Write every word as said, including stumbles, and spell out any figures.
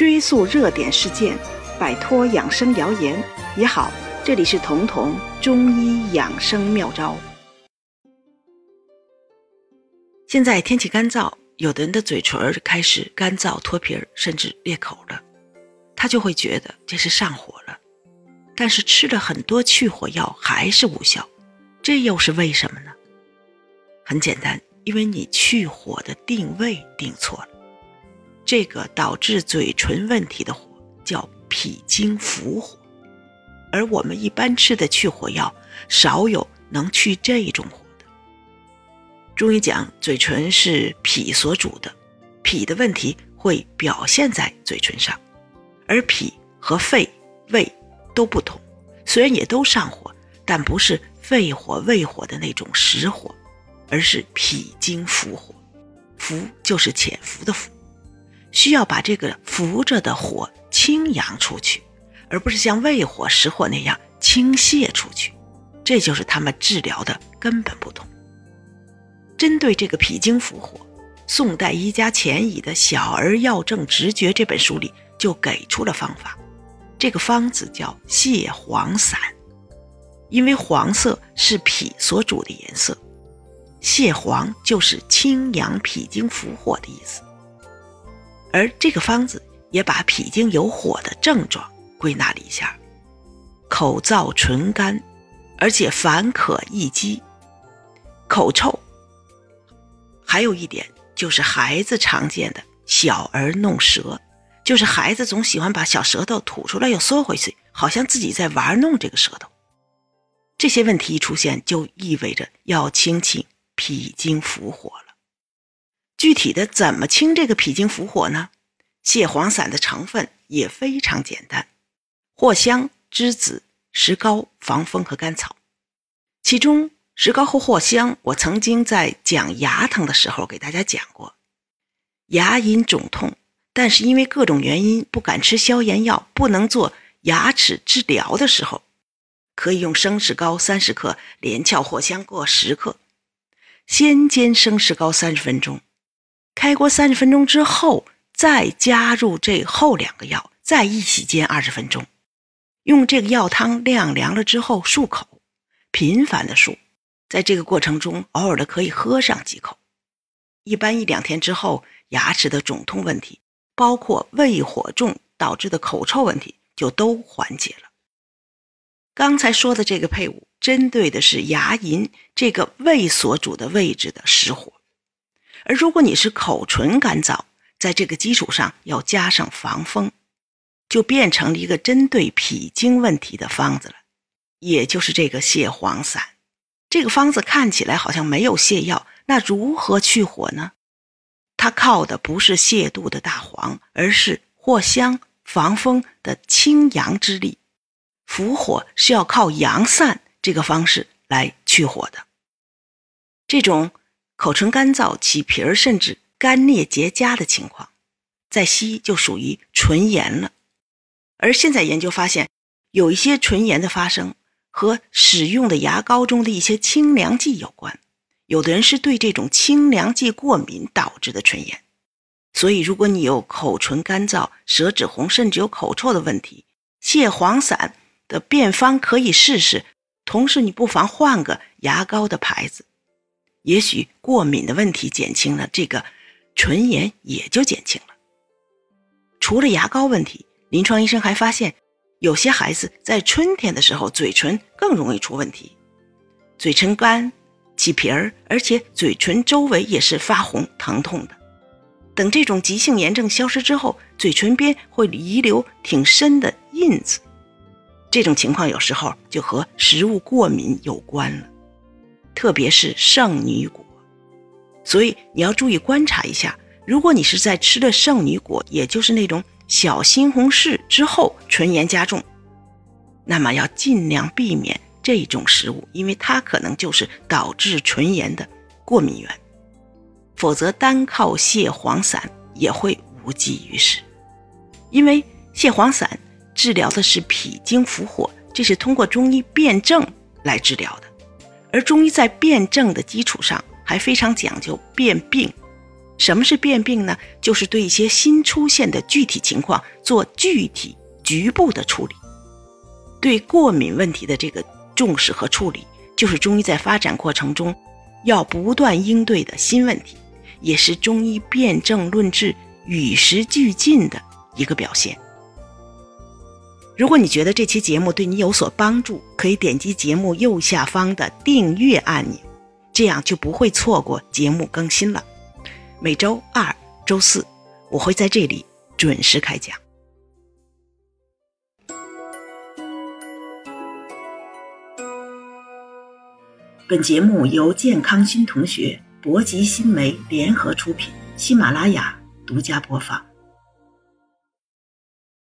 追溯热点事件，摆脱养生谣言也好。这里是彤彤中医养生妙招。现在天气干燥，有的人的嘴唇开始干燥脱皮，甚至裂口了，他就会觉得这是上火了，但是吃了很多去火药还是无效，这又是为什么呢？很简单，因为你去火的定位定错了。这个导致嘴唇问题的火叫脾经伏火，而我们一般吃的去火药少有能去这种火的。中医讲嘴唇是脾所主的，脾的问题会表现在嘴唇上，而脾和肺、胃都不同，虽然也都上火，但不是肺火、胃火的那种实火，而是脾经伏火。伏就是潜伏的伏，需要把这个伏着的火清扬出去，而不是像胃火实火那样倾泻出去，这就是他们治疗的根本不同。针对这个脾经伏火，宋代医家钱乙的《小儿药证直诀》这本书里就给出了方法。这个方子叫泻黄散，因为黄色是脾所主的颜色，泻黄就是清扬脾经伏火的意思。而这个方子也把脾经有火的症状归纳了一下：口燥唇干，而且烦渴易激，口臭，还有一点就是孩子常见的小儿弄舌，就是孩子总喜欢把小舌头吐出来又缩回去，好像自己在玩弄这个舌头。这些问题一出现，就意味着要清清脾经伏火了。具体的怎么清这个脾经伏火呢？泻黄散的成分也非常简单：藿香、栀子、石膏、防风和甘草。其中石膏和藿香，我曾经在讲牙疼的时候给大家讲过。牙龈肿痛，但是因为各种原因不敢吃消炎药，不能做牙齿治疗的时候，可以用生石膏三十克，连翘藿香各十克，先煎生石膏三十分钟，开锅三十分钟之后再加入这后两个药，再一起煎二十分钟，用这个药汤晾凉了之后漱口，频繁的漱，在这个过程中偶尔的可以喝上几口。一般一两天之后，牙齿的肿痛问题，包括胃火重导致的口臭问题就都缓解了。刚才说的这个配伍针对的是牙龈这个胃所主的位置的实火，而如果你是口唇干燥，在这个基础上要加上防风，就变成了一个针对脾经问题的方子了，也就是这个泻黄散。这个方子看起来好像没有泻药，那如何去火呢？它靠的不是泻肚的大黄，而是藿香、防风的清阳之力。伏火是要靠阳散这个方式来去火的。这种口唇干燥、起皮儿甚至干裂结痂的情况，在西医就属于唇炎了。而现在研究发现，有一些唇炎的发生和使用的牙膏中的一些清凉剂有关，有的人是对这种清凉剂过敏导致的唇炎。所以如果你有口唇干燥、舌质红甚至有口臭的问题，泻黄散的变方可以试试，同时你不妨换个牙膏的牌子，也许过敏的问题减轻了，这个唇炎也就减轻了。除了牙膏问题，临床医生还发现有些孩子在春天的时候嘴唇更容易出问题，嘴唇干、起皮儿，而且嘴唇周围也是发红疼痛的。等这种急性炎症消失之后，嘴唇边会遗留挺深的印子，这种情况有时候就和食物过敏有关了，特别是圣女果。所以你要注意观察一下，如果你是在吃了圣女果，也就是那种小西红柿之后唇炎加重，那么要尽量避免这种食物，因为它可能就是导致唇炎的过敏源，否则单靠泻黄散也会无济于事。因为泻黄散治疗的是脾经伏火，这是通过中医辨证来治疗的，而中医在辨证的基础上还非常讲究辨病， 什么是变病呢？就是对一些新出现的具体情况做具体局部的处理。对过敏问题的这个重视和处理，就是中医在发展过程中要不断应对的新问题，也是中医辨证论治、与时俱进的一个表现。如果你觉得这期节目对你有所帮助，可以点击节目右下方的订阅按钮，这样就不会错过节目更新了。每周二、周四，我会在这里准时开讲。本节目由健康新同学、博吉新媒联合出品，喜马拉雅独家播放。